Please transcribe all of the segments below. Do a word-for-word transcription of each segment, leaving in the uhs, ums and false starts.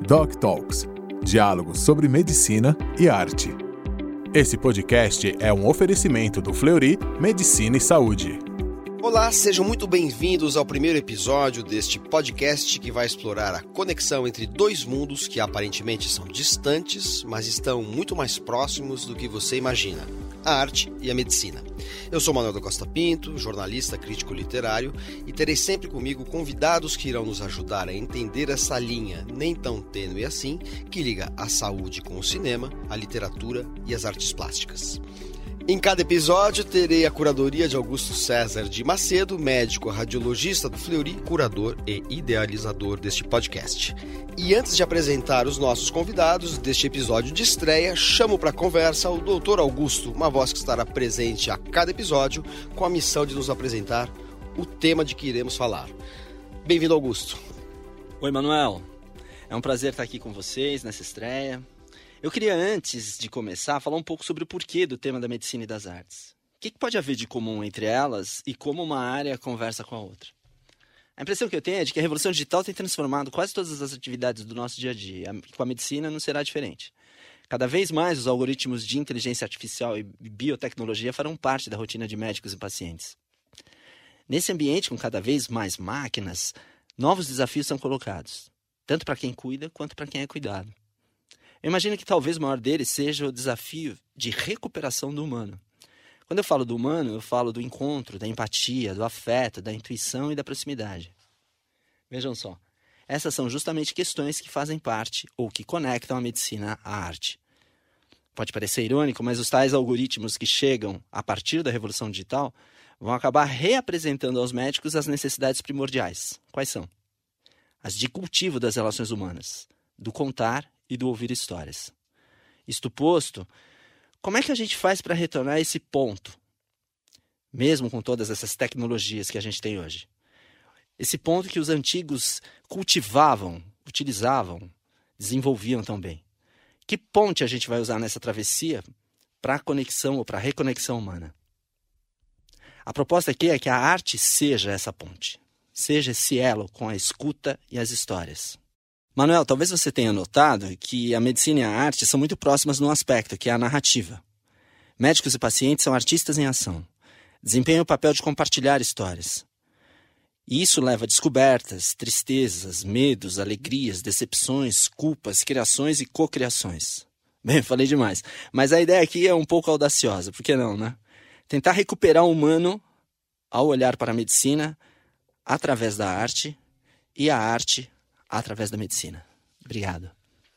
Doc Talks, diálogos sobre medicina e arte. Esse podcast é um oferecimento do Fleury Medicina e Saúde. Olá, sejam muito bem-vindos ao primeiro episódio deste podcast que vai explorar a conexão entre dois mundos que aparentemente são distantes, mas estão muito mais próximos do que você imagina: a arte e a medicina. Eu sou Manuel da Costa Pinto, jornalista, crítico literário, e terei sempre comigo convidados que irão nos ajudar a entender essa linha nem tão tênue assim que liga a saúde com o cinema, a literatura e as artes plásticas. Em cada episódio, terei a curadoria de Augusto César de Macedo, médico radiologista do Fleury, curador e idealizador deste podcast. E antes de apresentar os nossos convidados deste episódio de estreia, chamo para a conversa o doutor Augusto, uma voz que estará presente a cada episódio, com a missão de nos apresentar o tema de que iremos falar. Bem-vindo, Augusto. Oi, Manuel. É um prazer estar aqui com vocês nessa estreia. Eu queria, antes de começar, falar um pouco sobre o porquê do tema da medicina e das artes. O que pode haver de comum entre elas e como uma área conversa com a outra? A impressão que eu tenho é de que a revolução digital tem transformado quase todas as atividades do nosso dia a dia, e com a medicina não será diferente. Cada vez mais os algoritmos de inteligência artificial e biotecnologia farão parte da rotina de médicos e pacientes. Nesse ambiente, com cada vez mais máquinas, novos desafios são colocados, tanto para quem cuida quanto para quem é cuidado. Eu imagino que talvez o maior deles seja o desafio de recuperação do humano. Quando eu falo do humano, eu falo do encontro, da empatia, do afeto, da intuição e da proximidade. Vejam só, essas são justamente questões que fazem parte ou que conectam a medicina à arte. Pode parecer irônico, mas os tais algoritmos que chegam a partir da revolução digital vão acabar reapresentando aos médicos as necessidades primordiais. Quais são? As de cultivo das relações humanas, do contar e do ouvir histórias. Isto posto, como é que a gente faz para retornar a esse ponto? Mesmo com todas essas tecnologias que a gente tem hoje. Esse ponto que os antigos cultivavam, utilizavam, desenvolviam também. Que ponte a gente vai usar nessa travessia para a conexão ou para a reconexão humana? A proposta aqui é que a arte seja essa ponte. Seja esse elo com a escuta e as histórias. Manuel, talvez você tenha notado que a medicina e a arte são muito próximas num aspecto, que é a narrativa. Médicos e pacientes são artistas em ação. Desempenham o papel de compartilhar histórias. E isso leva a descobertas, tristezas, medos, alegrias, decepções, culpas, criações e cocriações. Bem, falei demais. Mas a ideia aqui é um pouco audaciosa, por que não, né? Tentar recuperar o humano ao olhar para a medicina através da arte e a arte através da medicina. Obrigado.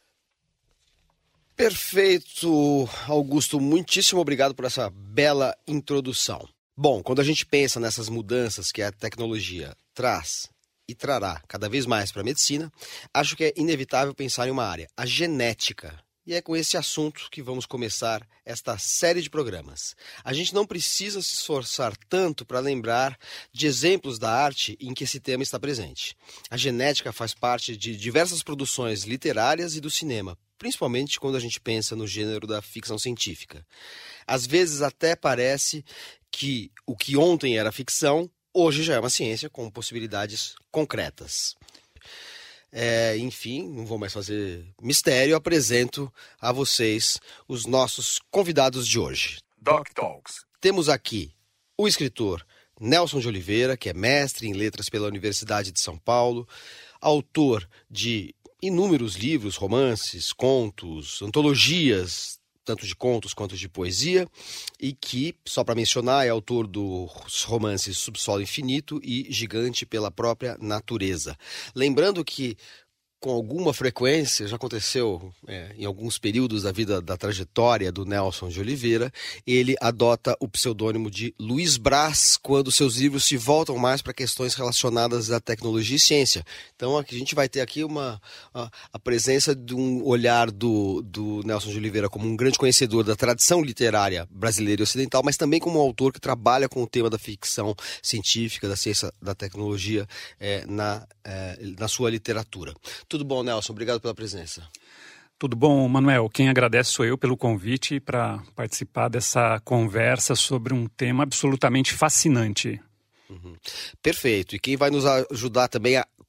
Perfeito, Augusto. Muitíssimo obrigado por essa bela introdução. Bom, quando a gente pensa nessas mudanças que a tecnologia traz e trará cada vez mais para a medicina, acho que é inevitável pensar em uma área, a genética. E é com esse assunto que vamos começar esta série de programas. A gente não precisa se esforçar tanto para lembrar de exemplos da arte em que esse tema está presente. A genética faz parte de diversas produções literárias e do cinema, principalmente quando a gente pensa no gênero da ficção científica. Às vezes até parece que o que ontem era ficção, hoje já é uma ciência com possibilidades concretas. É, enfim, não vou mais fazer mistério, apresento a vocês os nossos convidados de hoje. Doc Talks. Temos aqui o escritor Nelson de Oliveira, que é mestre em letras pela Universidade de São Paulo, autor de inúmeros livros, romances, contos, antologias, tanto de contos quanto de poesia, e que, só para mencionar, é autor dos romances Subsolo Infinito e Gigante pela Própria Natureza. Lembrando que, com alguma frequência, já aconteceu é, em alguns períodos da vida, da trajetória do Nelson de Oliveira, ele adota o pseudônimo de Luiz Brás quando seus livros se voltam mais para questões relacionadas à tecnologia e ciência. Então a gente vai ter aqui uma, a, a presença de um olhar do, do Nelson de Oliveira como um grande conhecedor da tradição literária brasileira e ocidental, mas também como um autor que trabalha com o tema da ficção científica, da ciência, da tecnologia é, na, é, na sua literatura. Tudo bom, Nelson? Obrigado pela presença. Tudo bom, Manuel? Quem agradece sou eu pelo convite para participar dessa conversa sobre um tema absolutamente fascinante. Uhum. Perfeito. E quem vai nos ajudar também a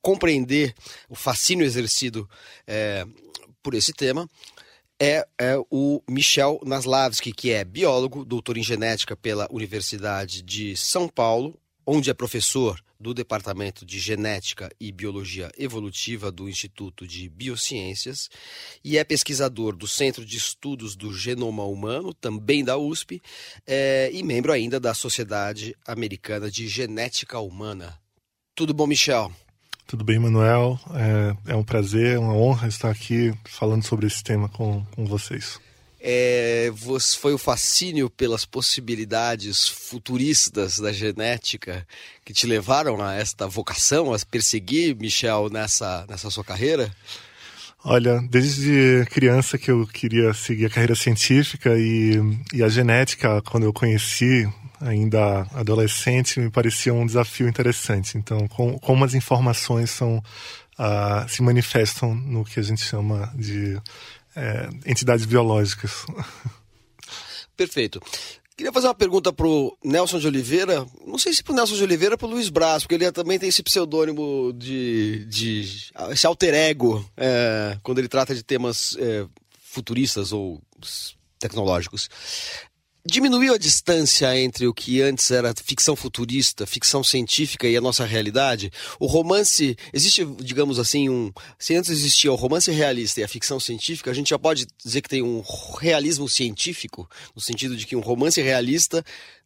compreender o fascínio exercido é, por esse tema é, é o Michel Naslavski, que é biólogo, doutor em genética pela Universidade de São Paulo, onde é professor do Departamento de Genética e Biologia Evolutiva do Instituto de Biociências e é pesquisador do Centro de Estudos do Genoma Humano, também da U S P, é, e membro ainda da Sociedade Americana de Genética Humana. Tudo bom, Michel? Tudo bem, Manuel. É, é um prazer, uma honra estar aqui falando sobre esse tema com, com vocês. É, foi o fascínio pelas possibilidades futuristas da genética que te levaram a esta vocação, a perseguir, Michel, nessa, nessa sua carreira? Olha, desde criança que eu queria seguir a carreira científica e, e a genética, quando eu conheci, ainda adolescente, me parecia um desafio interessante. Então, com, como as informações são, uh, se manifestam no que a gente chama de É, entidades biológicas. Perfeito. Queria fazer uma pergunta para o Nelson de Oliveira, não sei se para o Nelson de Oliveira ou para o Luiz Braz, porque ele também tem esse pseudônimo de, de esse alter ego, é, quando ele trata de temas é, futuristas ou tecnológicos. Diminuiu a distância entre o que antes era ficção futurista, ficção científica e a nossa realidade? O romance, existe, digamos assim, um... Se antes existia o romance realista e a ficção científica, a gente já pode dizer que tem um realismo científico, no sentido de que um romance realista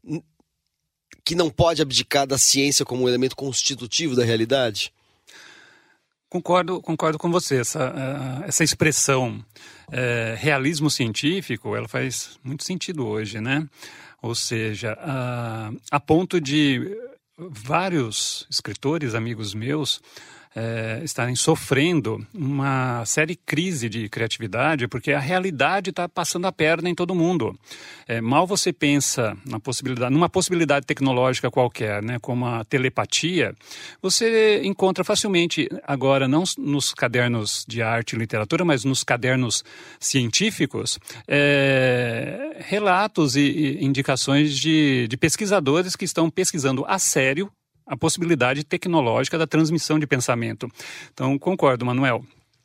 que não pode abdicar da ciência como um elemento constitutivo da realidade? Concordo, concordo com você. Essa, essa expressão é, realismo científico, ela faz muito sentido hoje, né? Ou seja, a, a ponto de vários escritores, amigos meus, é, estarem sofrendo uma séria crise de criatividade, porque a realidade está passando a perna em todo mundo. É, mal você pensa na possibilidade, numa possibilidade tecnológica qualquer, né, como a telepatia, você encontra facilmente, agora não nos cadernos de arte e literatura, mas nos cadernos científicos, é, relatos e, e indicações de, de pesquisadores que estão pesquisando a sério a possibilidade tecnológica da transmissão de pensamento. Então, concordo, Manuel.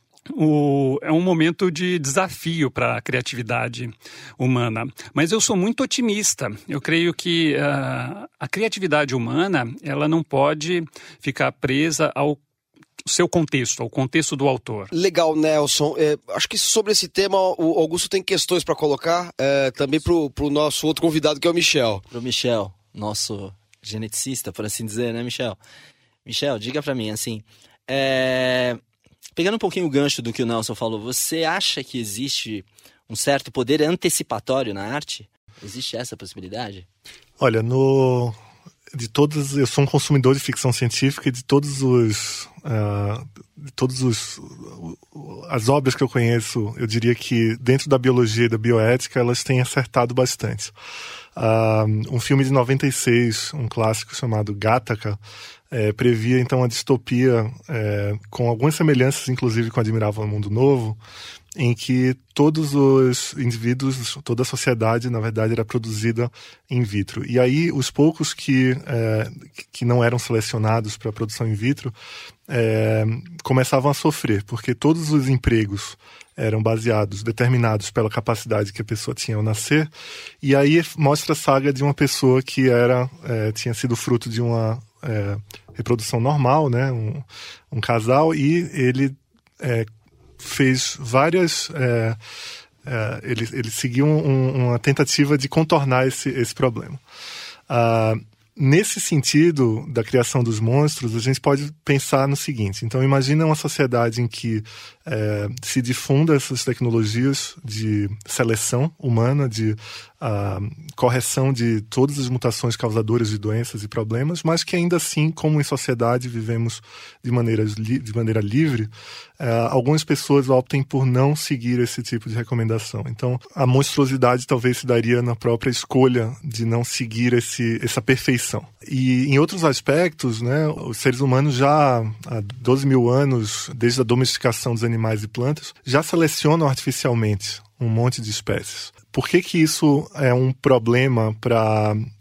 O, é um momento de desafio para a criatividade humana. Mas eu sou muito otimista. Eu creio que uh, a criatividade humana ela não pode ficar presa ao seu contexto, ao contexto do autor. Legal, Nelson. É, acho que sobre esse tema o Augusto tem questões para colocar é, também para o nosso outro convidado, que é o Michel. Para o Michel, nosso geneticista, por assim dizer, né, Michel? Michel, diga pra mim, assim, é... pegando um pouquinho o gancho do que o Nelson falou, você acha que existe um certo poder antecipatório na arte? Existe essa possibilidade? Olha, no... de todos, eu sou um consumidor de ficção científica e de todos os... Uh, de todos os... as obras que eu conheço, eu diria que dentro da biologia e da bioética, elas têm acertado bastante. Uh, um filme de noventa e seis, um clássico chamado Gattaca, é, previa então uma distopia é, com algumas semelhanças, inclusive com Admirável Mundo Novo, em que todos os indivíduos, toda a sociedade, na verdade, era produzida in vitro. E aí, os poucos que, é, que não eram selecionados para a produção in vitro é, começavam a sofrer, porque todos os empregos eram baseados, determinados pela capacidade que a pessoa tinha ao nascer, e aí mostra a saga de uma pessoa que era, é, tinha sido fruto de uma é, reprodução normal, né, um, um casal, e ele é, fez várias... É, é, ele, ele seguiu um, uma tentativa de contornar esse, esse problema. Ah, nesse sentido da criação dos monstros, a gente pode pensar no seguinte. Então, imagina uma sociedade em que é, se difunda essas tecnologias de seleção humana, de uh, correção de todas as mutações causadoras de doenças e problemas, mas que ainda assim, como em sociedade vivemos de maneira, li- de maneira livre, uh, algumas pessoas optem por não seguir esse tipo de recomendação. Então, a monstruosidade talvez se daria na própria escolha de não seguir esse, essa perfeição. E em outros aspectos, né, os seres humanos já há doze mil anos, desde a domesticação dos animais e plantas, já selecionam artificialmente um monte de espécies. Por que que isso é um problema para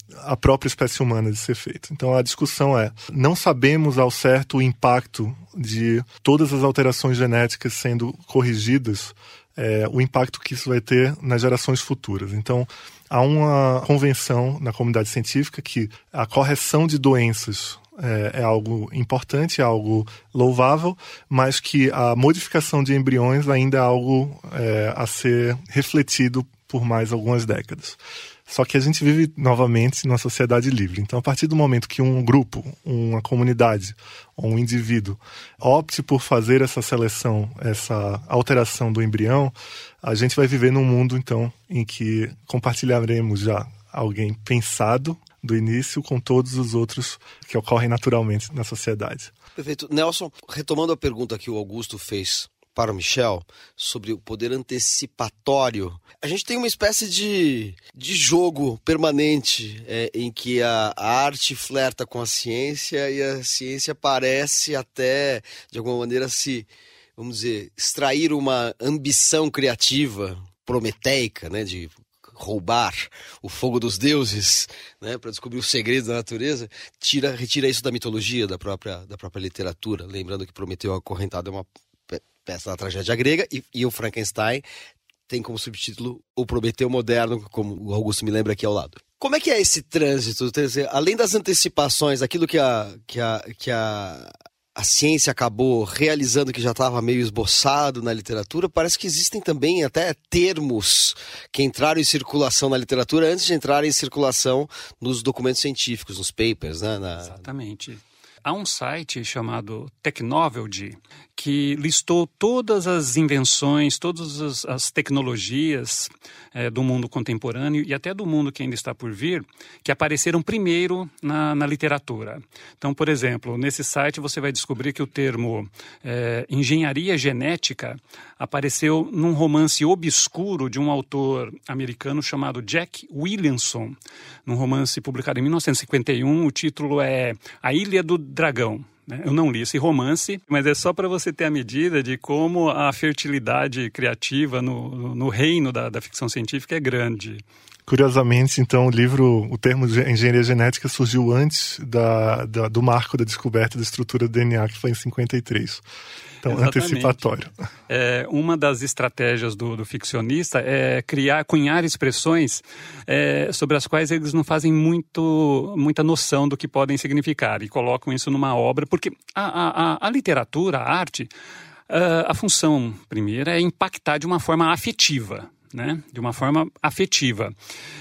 a própria espécie humana de ser feito. Então a discussão é, não sabemos ao certo o impacto de todas as alterações genéticas sendo corrigidas, é, o impacto que isso vai ter nas gerações futuras. Então há uma convenção na comunidade científica que a correção de doenças é, é algo importante, é algo louvável, mas que a modificação de embriões ainda é algo é, a ser refletido por mais algumas décadas. Só que a gente vive novamente numa sociedade livre. Então, a partir do momento que um grupo, uma comunidade ou um indivíduo opte por fazer essa seleção, essa alteração do embrião, a gente vai viver num mundo, então, em que compartilharemos já alguém pensado do início com todos os outros que ocorrem naturalmente na sociedade. Perfeito. Nelson, retomando a pergunta que o Augusto fez para o Michel, sobre o poder antecipatório. A gente tem uma espécie de, de jogo permanente é, em que a, a arte flerta com a ciência e a ciência parece até, de alguma maneira, se, vamos dizer, extrair uma ambição criativa prometeica, né, de roubar o fogo dos deuses, né, para descobrir os segredos da natureza, tira, retira isso da mitologia, da própria, da própria literatura. Lembrando que Prometeu Acorrentado é uma peça da tragédia grega, e, e o Frankenstein tem como subtítulo o Prometeu moderno, como o Augusto me lembra aqui ao lado. Como é que é esse trânsito? Além das antecipações, aquilo que a, que a, que a, a ciência acabou realizando, que já estava meio esboçado na literatura, parece que existem também até termos que entraram em circulação na literatura antes de entrarem em circulação nos documentos científicos, nos papers, né? Na... Exatamente. Há um site chamado Technovelgy que listou todas as invenções, todas as, as tecnologias é, do mundo contemporâneo e até do mundo que ainda está por vir, que apareceram primeiro na, na literatura. Então, por exemplo, nesse site você vai descobrir que o termo é, engenharia genética apareceu num romance obscuro de um autor americano chamado Jack Williamson, num romance publicado em mil novecentos e cinquenta e um. O título é A Ilha do Dragão. Eu não li esse romance, mas é só para você ter a medida de como a fertilidade criativa no, no reino da, da ficção científica é grande. Curiosamente, então, o livro, o termo de engenharia genética surgiu antes da, da, do marco da descoberta da estrutura do D N A, que foi em cinquenta e três. Então, exatamente. Antecipatório. É, uma das estratégias do, do ficcionista é criar, cunhar expressões é, sobre as quais eles não fazem muito, muita noção do que podem significar e colocam isso numa obra, porque a, a, a literatura, a arte, a, a função primeira é impactar de uma forma afetiva, né? De uma forma afetiva.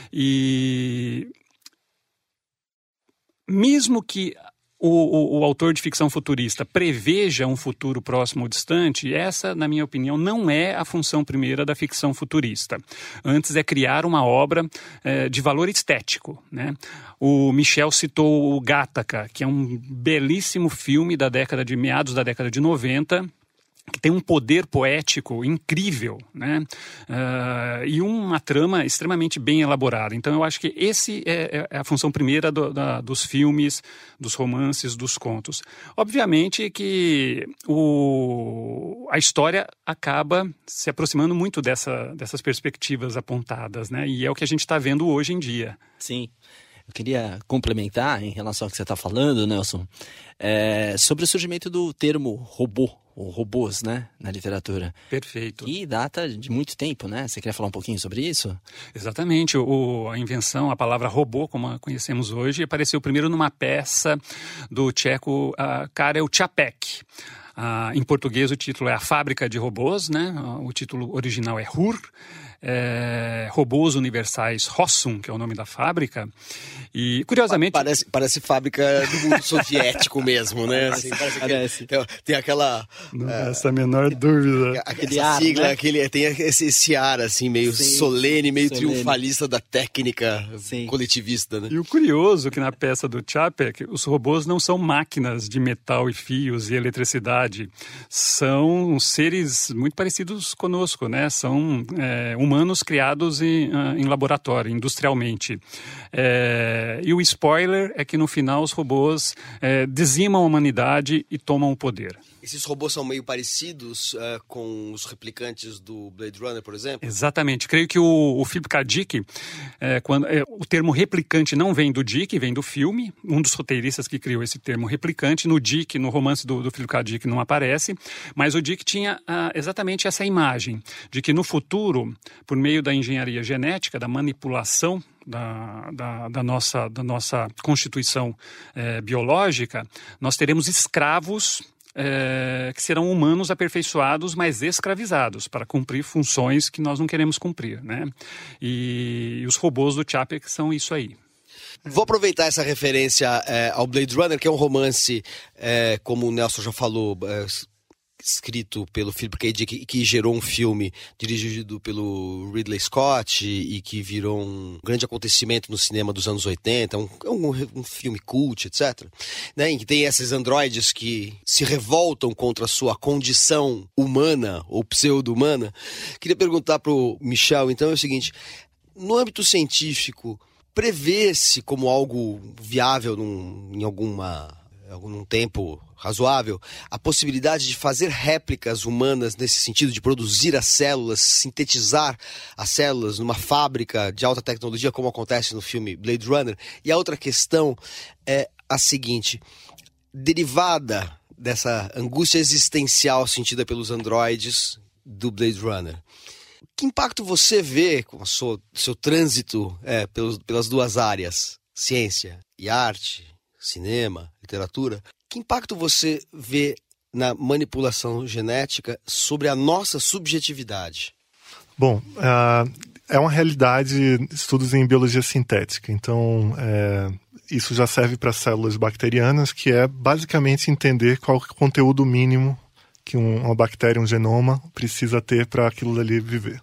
E mesmo que O, o, o autor de ficção futurista preveja um futuro próximo ou distante, essa, na minha opinião, não é a função primeira da ficção futurista. Antes é criar uma obra é, de valor estético, né? O Michel citou o Gattaca, que é um belíssimo filme da década de meados da década de noventa, que tem um poder poético incrível, né? Uh, e uma trama extremamente bem elaborada. Então eu acho que esse é, é a função primeira do, da, dos filmes, dos romances, dos contos. Obviamente que o, a história acaba se aproximando muito dessa, dessas perspectivas apontadas, né? E é o que a gente está vendo hoje em dia. Sim. Eu queria complementar em relação ao que você está falando, Nelson, é, sobre o surgimento do termo robô, ou robôs, né, na literatura. Perfeito. Que data de muito tempo, né? Você queria falar um pouquinho sobre isso? Exatamente. O, a invenção, a palavra robô, como a conhecemos hoje, apareceu primeiro numa peça do tcheco uh, Karel Čapek. Uh, em português o título é A Fábrica de Robôs, né? Uh, o título original é R U R. É, Robôs Universais Rossum, que é o nome da fábrica. E, curiosamente... Parece, parece fábrica do mundo soviético mesmo, né? Assim, parece parece. Tem, tem aquela... Não uh, essa a menor dúvida. Aquele ar, sigla, né? aquele, tem esse, esse ar, assim, meio Sim, solene, meio solene. triunfalista da técnica Sim. coletivista, né? E o curioso é que na peça do Čapek, os robôs não são máquinas de metal e fios e eletricidade. São seres muito parecidos conosco, né? São é, humanos criados em, em laboratório, industrialmente. É, e o spoiler é que no final os robôs é, dizimam a humanidade e tomam o poder. Esses robôs são meio parecidos uh, com os replicantes do Blade Runner, por exemplo? Exatamente. Creio que o, o Philip K. Dick, é, quando, é, o termo replicante não vem do Dick, vem do filme. Um dos roteiristas que criou esse termo replicante. No Dick, no romance do, do Philip K. Dick, não aparece. Mas o Dick tinha ah, exatamente essa imagem de que no futuro, por meio da engenharia genética, da manipulação Da, da, da, nossa, da nossa constituição é, biológica, nós teremos escravos é, que serão humanos aperfeiçoados, mas escravizados, para cumprir funções que nós não queremos cumprir, né? E, e os robôs do Chapek são isso aí. Vou aproveitar essa referência é, ao Blade Runner, que é um romance, é, como o Nelson já falou, é, escrito pelo Philip K. Dick, que gerou um filme dirigido pelo Ridley Scott e, e que virou um grande acontecimento no cinema dos anos oitenta, um, um, um filme cult, etcétera. Né, em que tem esses androides que se revoltam contra a sua condição humana ou pseudo-humana. Queria perguntar para o Michel, então, é o seguinte: no âmbito científico, prevê-se como algo viável num, em alguma, algum tempo razoável a possibilidade de fazer réplicas humanas nesse sentido, de produzir as células, sintetizar as células numa fábrica de alta tecnologia, como acontece no filme Blade Runner? E a outra questão é a seguinte: derivada dessa angústia existencial sentida pelos androides do Blade Runner, que impacto você vê com o seu, seu trânsito é, pelos, pelas duas áreas, ciência e arte, cinema, literatura? Que impacto você vê na manipulação genética sobre a nossa subjetividade? Bom, uh, é uma realidade estudos em biologia sintética. Então, é, isso já serve para células bacterianas, que é basicamente entender qual é o conteúdo mínimo que um, uma bactéria, um genoma, precisa ter para aquilo ali viver.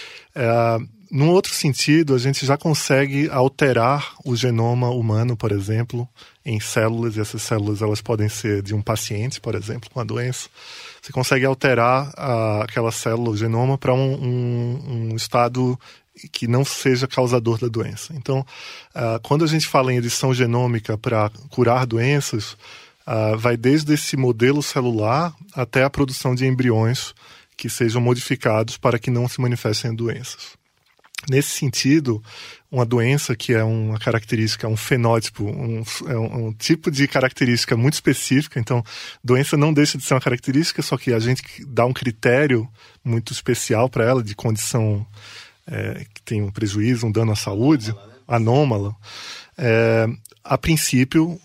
É, num outro sentido, a gente já consegue alterar o genoma humano, por exemplo, em células, e essas células elas podem ser de um paciente, por exemplo, com a doença. Você consegue alterar a, aquela célula, o genoma, para um, um, um estado que não seja causador da doença. Então, uh, quando a gente fala em edição genômica para curar doenças, uh, vai desde esse modelo celular até a produção de embriões que sejam modificados para que não se manifestem doenças. Nesse sentido, uma doença que é uma característica, um fenótipo, um, é um, um tipo de característica muito específica. Então, doença não deixa de ser uma característica, só que a gente dá um critério muito especial para ela, de condição é, que tem um prejuízo, um dano à saúde, anômala. É, a princípio,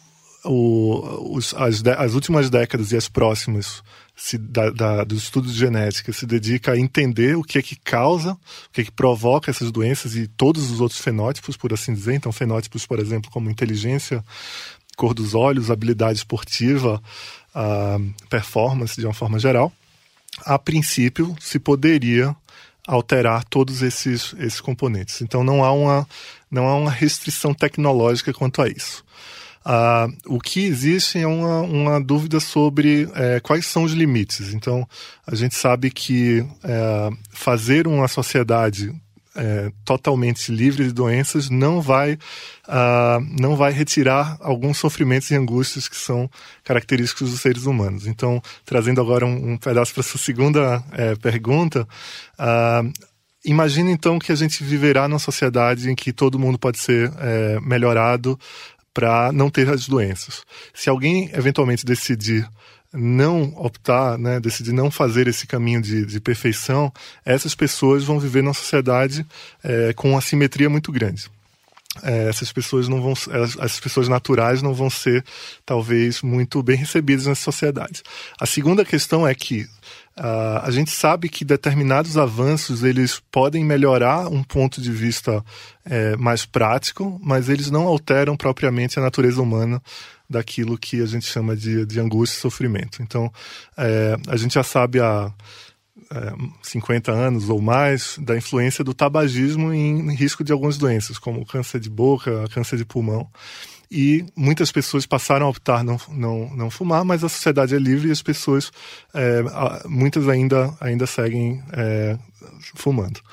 o, os, as, de, as últimas décadas e as próximas Se, da, da, dos estudos de genética se dedica a entender o que é que causa, o que é que provoca essas doenças e todos os outros fenótipos, por assim dizer. Então, fenótipos, por exemplo, como inteligência, cor dos olhos, habilidade esportiva, a performance de uma forma geral. A princípio, se poderia alterar todos esses, esses componentes. Então, não há uma, não há uma restrição tecnológica quanto a isso. Uh, o que existe é uma, uma dúvida sobre é, quais são os limites. Então, a gente sabe que é, fazer uma sociedade é, totalmente livre de doenças não vai, uh, não vai retirar alguns sofrimentos e angústias que são característicos dos seres humanos. Então, trazendo agora um, um pedaço para a sua segunda é, pergunta, uh, imagine então que a gente viverá numa sociedade em que todo mundo pode ser é, melhorado para não ter as doenças. Se alguém eventualmente decidir não optar, né, decidir não fazer esse caminho de, de perfeição, essas pessoas vão viver numa sociedade é, com uma assimetria muito grande. É, essas pessoas não vão, as, as pessoas naturais não vão ser talvez muito bem recebidas nessa sociedade. A segunda questão é que Uh, a gente sabe que determinados avanços eles podem melhorar um ponto de vista é, mais prático, mas eles não alteram propriamente a natureza humana daquilo que a gente chama de, de angústia e sofrimento. Então, é, a gente já sabe há é, cinquenta anos ou mais da influência do tabagismo em, em risco de algumas doenças, como câncer de boca, câncer de pulmão. E muitas pessoas passaram a optar não, não, não fumar, mas a sociedade é livre e as pessoas, é, muitas ainda, ainda seguem é, fumando.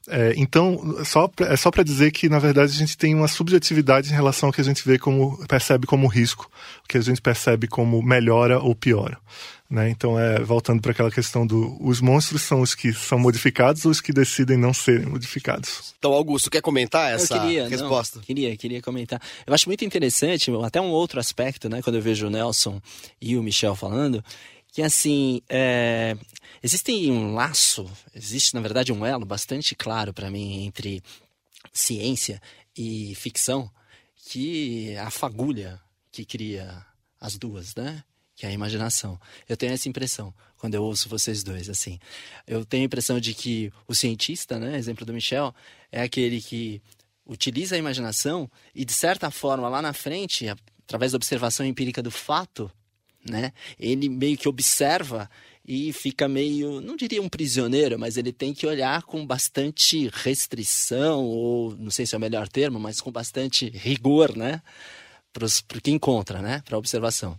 É, então, só, é só para dizer que, na verdade, a gente tem uma subjetividade em relação ao que a gente vê como, percebe como risco, o que a gente percebe como melhora ou piora. Né? Então, é, voltando para aquela questão do... Os monstros são os que são modificados ou os que decidem não serem modificados? Então, Augusto, quer comentar essa eu queria, resposta? Não, queria, queria comentar. Eu acho muito interessante, até um outro aspecto, né? Quando eu vejo o Nelson e o Michel falando, que assim, é, existe um laço, existe, na verdade, um elo bastante claro para mim entre ciência e ficção, que é a fagulha que cria as duas, né? Que é a imaginação. Eu tenho essa impressão quando eu ouço vocês dois, assim. Eu tenho a impressão de que o cientista, né, exemplo do Michel, é aquele que utiliza a imaginação e, de certa forma, lá na frente, através da observação empírica do fato, né, ele meio que observa e fica meio, não diria um prisioneiro, mas ele tem que olhar com bastante restrição, ou não sei se é o melhor termo, mas com bastante rigor, né? Para o que encontra, né? Para a observação.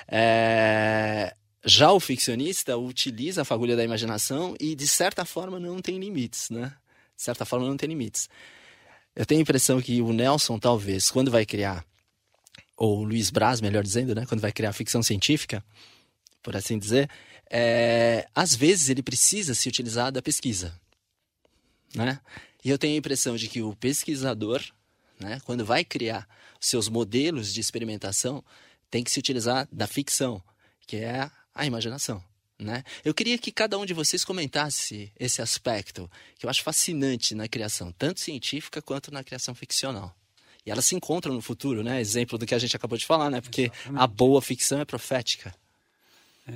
É... Já o ficcionista utiliza a fagulha da imaginação e, de certa forma, não tem limites, né? De certa forma, não tem limites. Eu tenho a impressão que o Nelson, talvez, quando vai criar, ou o Luiz Braz, melhor dizendo, né? Quando vai criar ficção científica, por assim dizer, é... às vezes ele precisa se utilizar da pesquisa, né? E eu tenho a impressão de que o pesquisador, né, quando vai criar seus modelos de experimentação, tem que se utilizar da ficção, que é a imaginação, né? Eu queria que cada um de vocês comentasse esse aspecto, que eu acho fascinante na criação, tanto científica quanto na criação ficcional. E elas se encontram no futuro, né? Exemplo do que a gente acabou de falar, né? Porque Exatamente. A boa ficção é profética. É...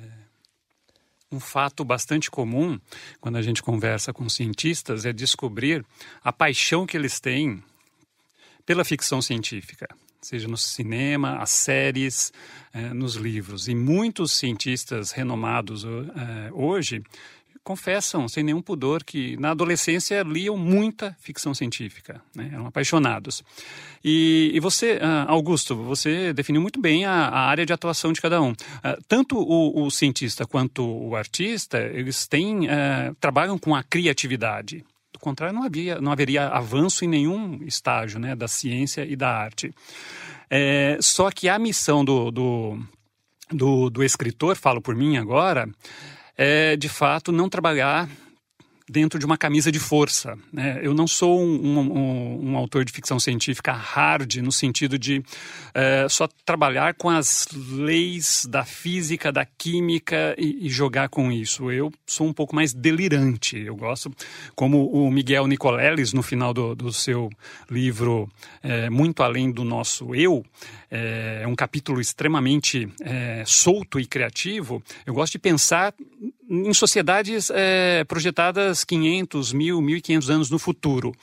Um fato bastante comum, quando a gente conversa com cientistas, é descobrir a paixão que eles têm pela ficção científica, seja no cinema, as séries, eh, nos livros. E muitos cientistas renomados eh, hoje confessam, sem nenhum pudor, que na adolescência liam muita ficção científica, né? Eram apaixonados. E, e você, Augusto, você definiu muito bem a, a área de atuação de cada um. Tanto o, o cientista quanto o artista, eles têm, uh, trabalham com a criatividade. Do contrário, não, havia, não haveria avanço em nenhum estágio, né, da ciência e da arte. É, só que a missão do, do, do, do escritor, falo por mim agora, é, de fato, não trabalhar dentro de uma camisa de força, né? Eu não sou um, um, um autor de ficção científica hard, no sentido de é, só trabalhar com as leis da física, da química e, e jogar com isso. Eu sou um pouco mais delirante. Eu gosto, como o Miguel Nicoleles, no final do, do seu livro é, Muito Além do Nosso Eu, é um capítulo extremamente é, solto e criativo. Eu gosto de pensar em sociedades é, projetadas quinhentos, mil, mil e quinhentos anos no futuro.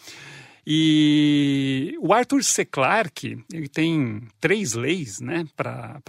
E o Arthur C. Clarke, ele tem três leis, né, para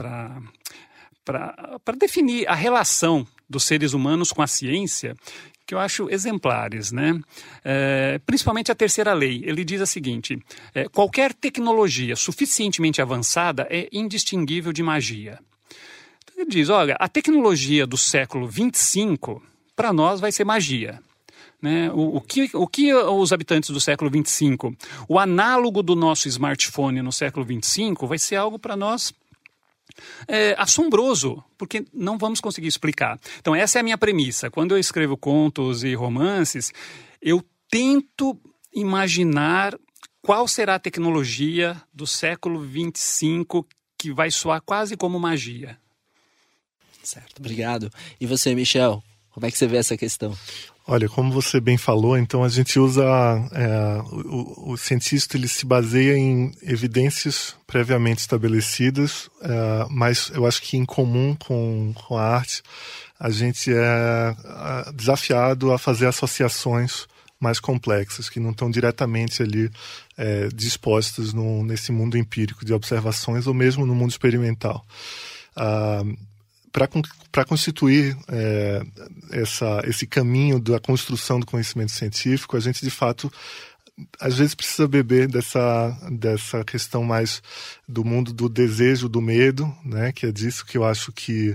definir a relação dos seres humanos com a ciência, que eu acho exemplares, né? É, principalmente a terceira lei. Ele diz a seguinte: é, qualquer tecnologia suficientemente avançada é indistinguível de magia. Então ele diz, olha, a tecnologia do século vinte e cinco, para nós, vai ser magia. Né? O, o, que, o que os habitantes do século vinte e cinco, o análogo do nosso smartphone no século vinte e cinco, vai ser algo para nós É, assombroso, porque não vamos conseguir explicar. Então essa é a minha premissa. Quando eu escrevo contos e romances, eu tento imaginar qual será a tecnologia do século vinte e cinco que vai soar quase como magia. Certo, obrigado. E você, Michel, como é que você vê essa questão? Olha, como você bem falou, então a gente usa, é, o, o cientista ele se baseia em evidências previamente estabelecidas, é, mas eu acho que em comum com, com a arte, a gente é desafiado a fazer associações mais complexas, que não estão diretamente ali é, dispostas no, nesse mundo empírico de observações ou mesmo no mundo experimental. Ah, Para constituir é, essa, esse caminho da construção do conhecimento científico, a gente, de fato, às vezes precisa beber dessa, dessa questão mais do mundo do desejo, do medo, né? Que é disso que eu acho que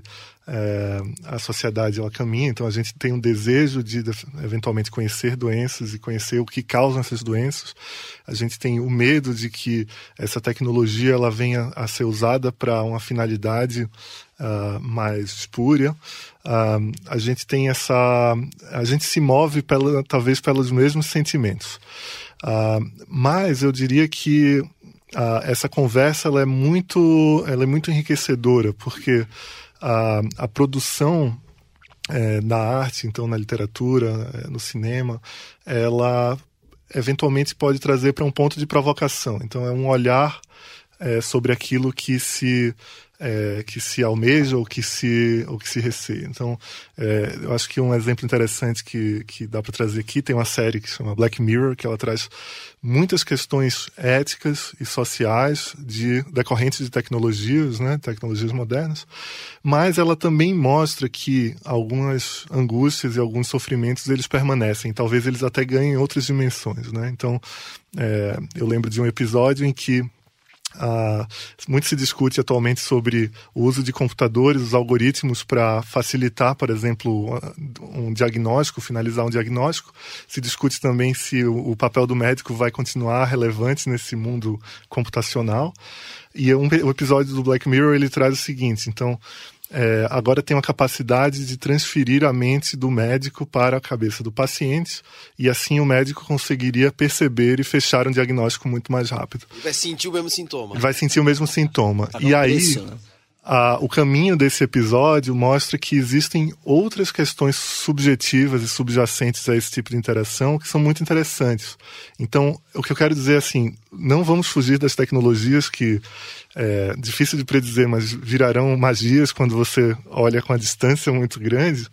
é, a sociedade ela caminha. Então a gente tem um desejo de eventualmente conhecer doenças e conhecer o que causam essas doenças. A gente tem o medo de que essa tecnologia ela venha a ser usada para uma finalidade Uh, mais espúria. Uh, a gente tem essa... A gente se move pela, talvez pelos mesmos sentimentos. Uh, mas eu diria que uh, essa conversa ela é, muito, ela é muito enriquecedora, porque uh, a produção eh, na arte, então na literatura, eh, no cinema, ela eventualmente pode trazer para um ponto de provocação. Então é um olhar eh, sobre aquilo que se... É, que se almeja ou que se, ou que se receia. Então, é, eu acho que um exemplo interessante que, que dá para trazer aqui, tem uma série que se chama Black Mirror, que ela traz muitas questões éticas e sociais de, decorrentes de tecnologias, né, tecnologias modernas, mas ela também mostra que algumas angústias e alguns sofrimentos eles permanecem, talvez eles até ganhem outras dimensões, né? Então, é, eu lembro de um episódio em que Uh, muito se discute atualmente sobre o uso de computadores, os algoritmos para facilitar, por exemplo, um diagnóstico, finalizar um diagnóstico. Se discute também se o, o papel do médico vai continuar relevante nesse mundo computacional. E um, o episódio do Black Mirror ele traz o seguinte, então... É, agora tem uma capacidade de transferir a mente do médico para a cabeça do paciente e assim o médico conseguiria perceber e fechar um diagnóstico muito mais rápido. Ele vai sentir o mesmo sintoma. Ele vai sentir o mesmo sintoma. Tá e aí, preço, né? a, o caminho desse episódio mostra que existem outras questões subjetivas e subjacentes a esse tipo de interação que são muito interessantes. Então, o que eu quero dizer é assim, não vamos fugir das tecnologias que é difícil de predizer, mas virarão magias quando você olha com a distância muito grande,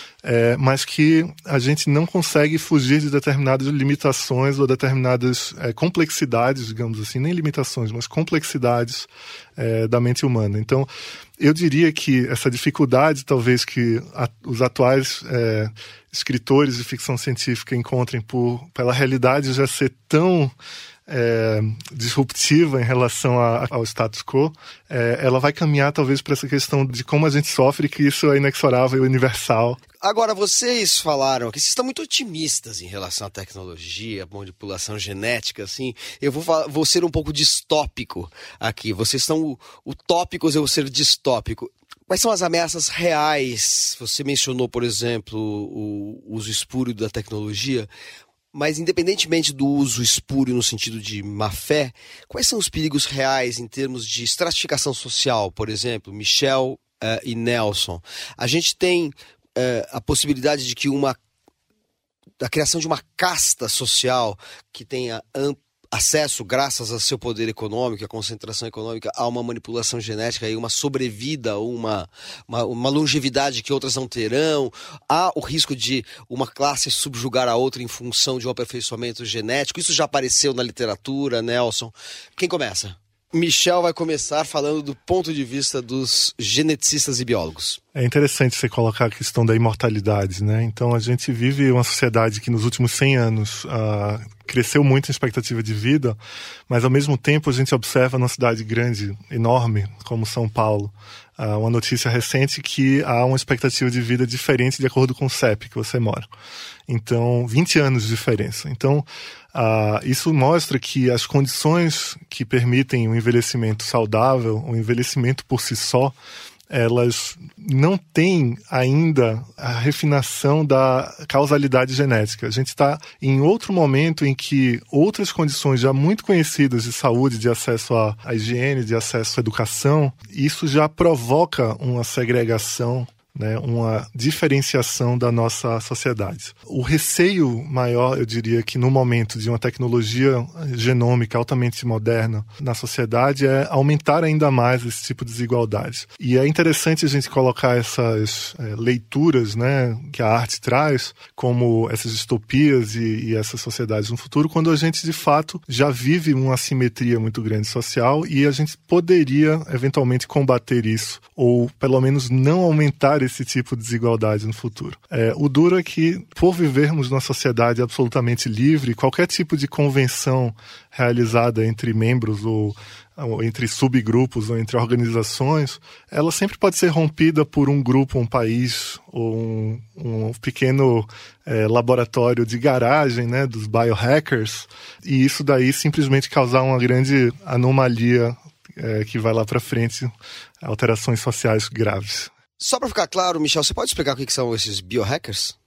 é, mas que a gente não consegue fugir de determinadas limitações ou determinadas é, complexidades, digamos assim, nem limitações, mas complexidades é, da mente humana. Então, eu diria que essa dificuldade, talvez, que a, os atuais é, escritores de ficção científica encontrem por, pela realidade já ser tão... É, disruptiva em relação a, ao status quo, é, ela vai caminhar talvez para essa questão de como a gente sofre, que isso é inexorável e universal. Agora, vocês falaram que vocês estão muito otimistas em relação à tecnologia, manipulação genética, assim. Eu vou, falar, vou ser um pouco distópico aqui. Vocês são utópicos, eu vou ser distópico. Quais são as ameaças reais? Você mencionou, por exemplo, o uso espúrio da tecnologia. Mas, independentemente do uso espúrio no sentido de má-fé, quais são os perigos reais em termos de estratificação social? Por exemplo, Michel uh, e Nelson. A gente tem uh, a possibilidade de que uma... a criação de uma casta social que tenha amplo acesso, graças ao seu poder econômico, a concentração econômica, a uma manipulação genética e uma sobrevida, uma, uma, uma longevidade que outras não terão. Há o risco de uma classe subjugar a outra em função de um aperfeiçoamento genético. Isso já apareceu na literatura, Nelson. Quem começa? Michel vai começar falando do ponto de vista dos geneticistas e biólogos. É interessante você colocar a questão da imortalidade, né? Então a gente vive uma sociedade que nos últimos cem anos uh, cresceu muito em expectativa de vida, mas ao mesmo tempo a gente observa numa cidade grande, enorme, como São Paulo, uh, uma notícia recente que há uma expectativa de vida diferente de acordo com o C E P que você mora. Então, vinte anos de diferença. Então, uh, isso mostra que as condições que permitem um envelhecimento saudável, um envelhecimento por si só, elas não têm ainda a refinação da causalidade genética. A gente está em outro momento em que outras condições já muito conhecidas de saúde, de acesso à, à higiene, de acesso à educação, isso já provoca uma segregação, né, uma diferenciação da nossa sociedade. O receio maior, eu diria que no momento de uma tecnologia genômica altamente moderna na sociedade é aumentar ainda mais esse tipo de desigualdade. E é interessante a gente colocar essas é, leituras, né, que a arte traz, como essas distopias e, e essas sociedades no futuro, quando a gente de fato já vive uma assimetria muito grande social e a gente poderia eventualmente combater isso, ou pelo menos não aumentar esse tipo de desigualdade no futuro. É, o duro é que, por vivermos numa sociedade absolutamente livre, qualquer tipo de convenção realizada entre membros ou, ou entre subgrupos ou entre organizações, ela sempre pode ser rompida por um grupo, um país ou um, um pequeno é, laboratório de garagem, né, dos biohackers, e isso daí simplesmente causar uma grande anomalia é, que vai lá para frente, alterações sociais graves. Só para ficar claro, Michel, você pode explicar o que são esses biohackers?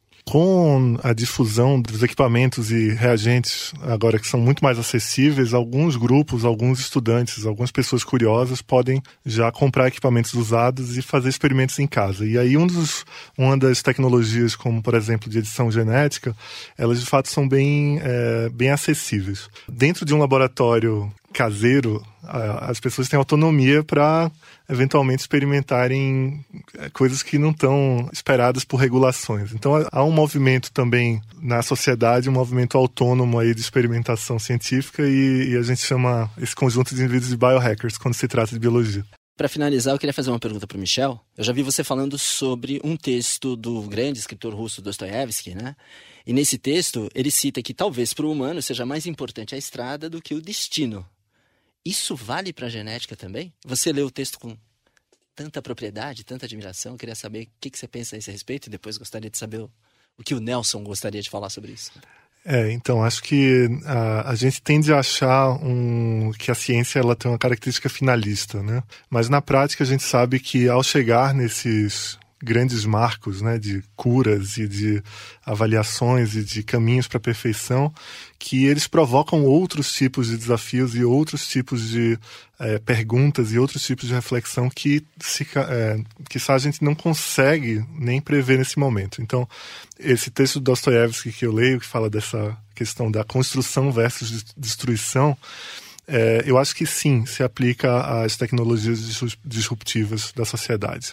Com a difusão dos equipamentos e reagentes agora que são muito mais acessíveis, alguns grupos, alguns estudantes, algumas pessoas curiosas podem já comprar equipamentos usados e fazer experimentos em casa. E aí um dos, uma das tecnologias, como por exemplo de edição genética, elas de fato são bem, é, bem acessíveis. Dentro de um laboratório caseiro, as pessoas têm autonomia para eventualmente experimentarem coisas que não estão esperadas por regulações. Então há um movimento também na sociedade, um movimento autônomo aí de experimentação científica e, e a gente chama esse conjunto de indivíduos de biohackers quando se trata de biologia. Para finalizar, eu queria fazer uma pergunta para o Michel. Eu já vi você falando sobre um texto do grande escritor russo Dostoiévski, né? E nesse texto ele cita que talvez para o humano seja mais importante a estrada do que o destino. Isso vale para a genética também? Você leu o texto com tanta propriedade, tanta admiração. Eu queria saber o que, que você pensa a esse respeito e depois gostaria de saber o, o que o Nelson gostaria de falar sobre isso. É, então, acho que a, a gente tende a achar um, que a ciência ela tem uma característica finalista, né? Mas na prática a gente sabe que ao chegar nesses grandes marcos, né, de curas e de avaliações e de caminhos para a perfeição, que eles provocam outros tipos de desafios e outros tipos de é, perguntas e outros tipos de reflexão que, se, é, que a gente não consegue nem prever nesse momento. Então, esse texto do Dostoiévski que eu leio, que fala dessa questão da construção versus destruição, é, eu acho que sim, se aplica às tecnologias disruptivas da sociedade.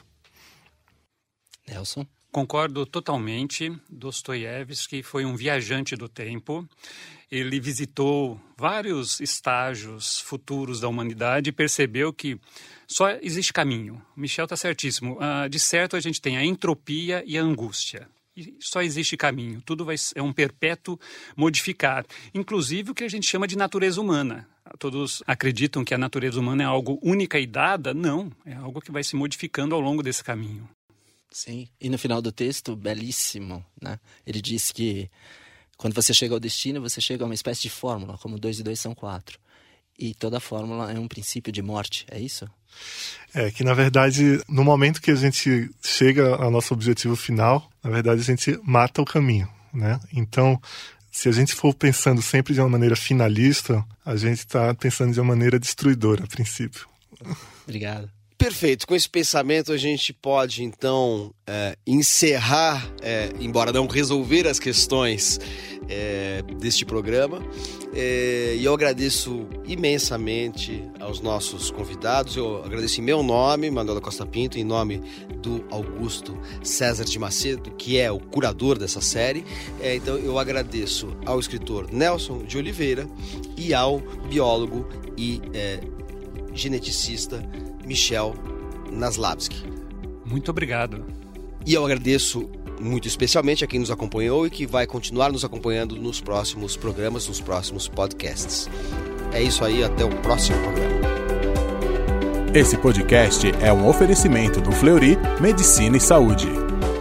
Nelson? Concordo totalmente. Dostoiévski foi um viajante do tempo. Ele visitou vários estágios futuros da humanidade e percebeu que só existe caminho. O Michel está certíssimo. Ah, de certo, a gente tem a entropia e a angústia. E só existe caminho. Tudo vai, é um perpétuo modificar. Inclusive o que a gente chama de natureza humana. Todos acreditam que a natureza humana é algo única e dada. Não, é algo que vai se modificando ao longo desse caminho. Sim, e no final do texto, belíssimo, né? Ele diz que quando você chega ao destino, você chega a uma espécie de fórmula, como dois e dois são quatro. E toda fórmula é um princípio de morte, é isso? É, que na verdade, no momento que a gente chega ao nosso objetivo final, na verdade a gente mata o caminho, né? Então, se a gente for pensando sempre de uma maneira finalista, a gente está pensando de uma maneira destruidora, a princípio. Obrigado. Perfeito, com esse pensamento a gente pode então é, encerrar, é, embora não resolver as questões é, deste programa, é, e eu agradeço imensamente aos nossos convidados. Eu agradeço em meu nome, Manuela Costa Pinto, em nome do Augusto César de Macedo, que é o curador dessa série. É, então eu agradeço ao escritor Nelson de Oliveira e ao biólogo e é, geneticista Michel Naslavski. Muito obrigado. E eu agradeço muito especialmente a quem nos acompanhou e que vai continuar nos acompanhando nos próximos programas, nos próximos podcasts. É isso aí, até o próximo programa. Esse podcast é um oferecimento do Fleury Medicina e Saúde.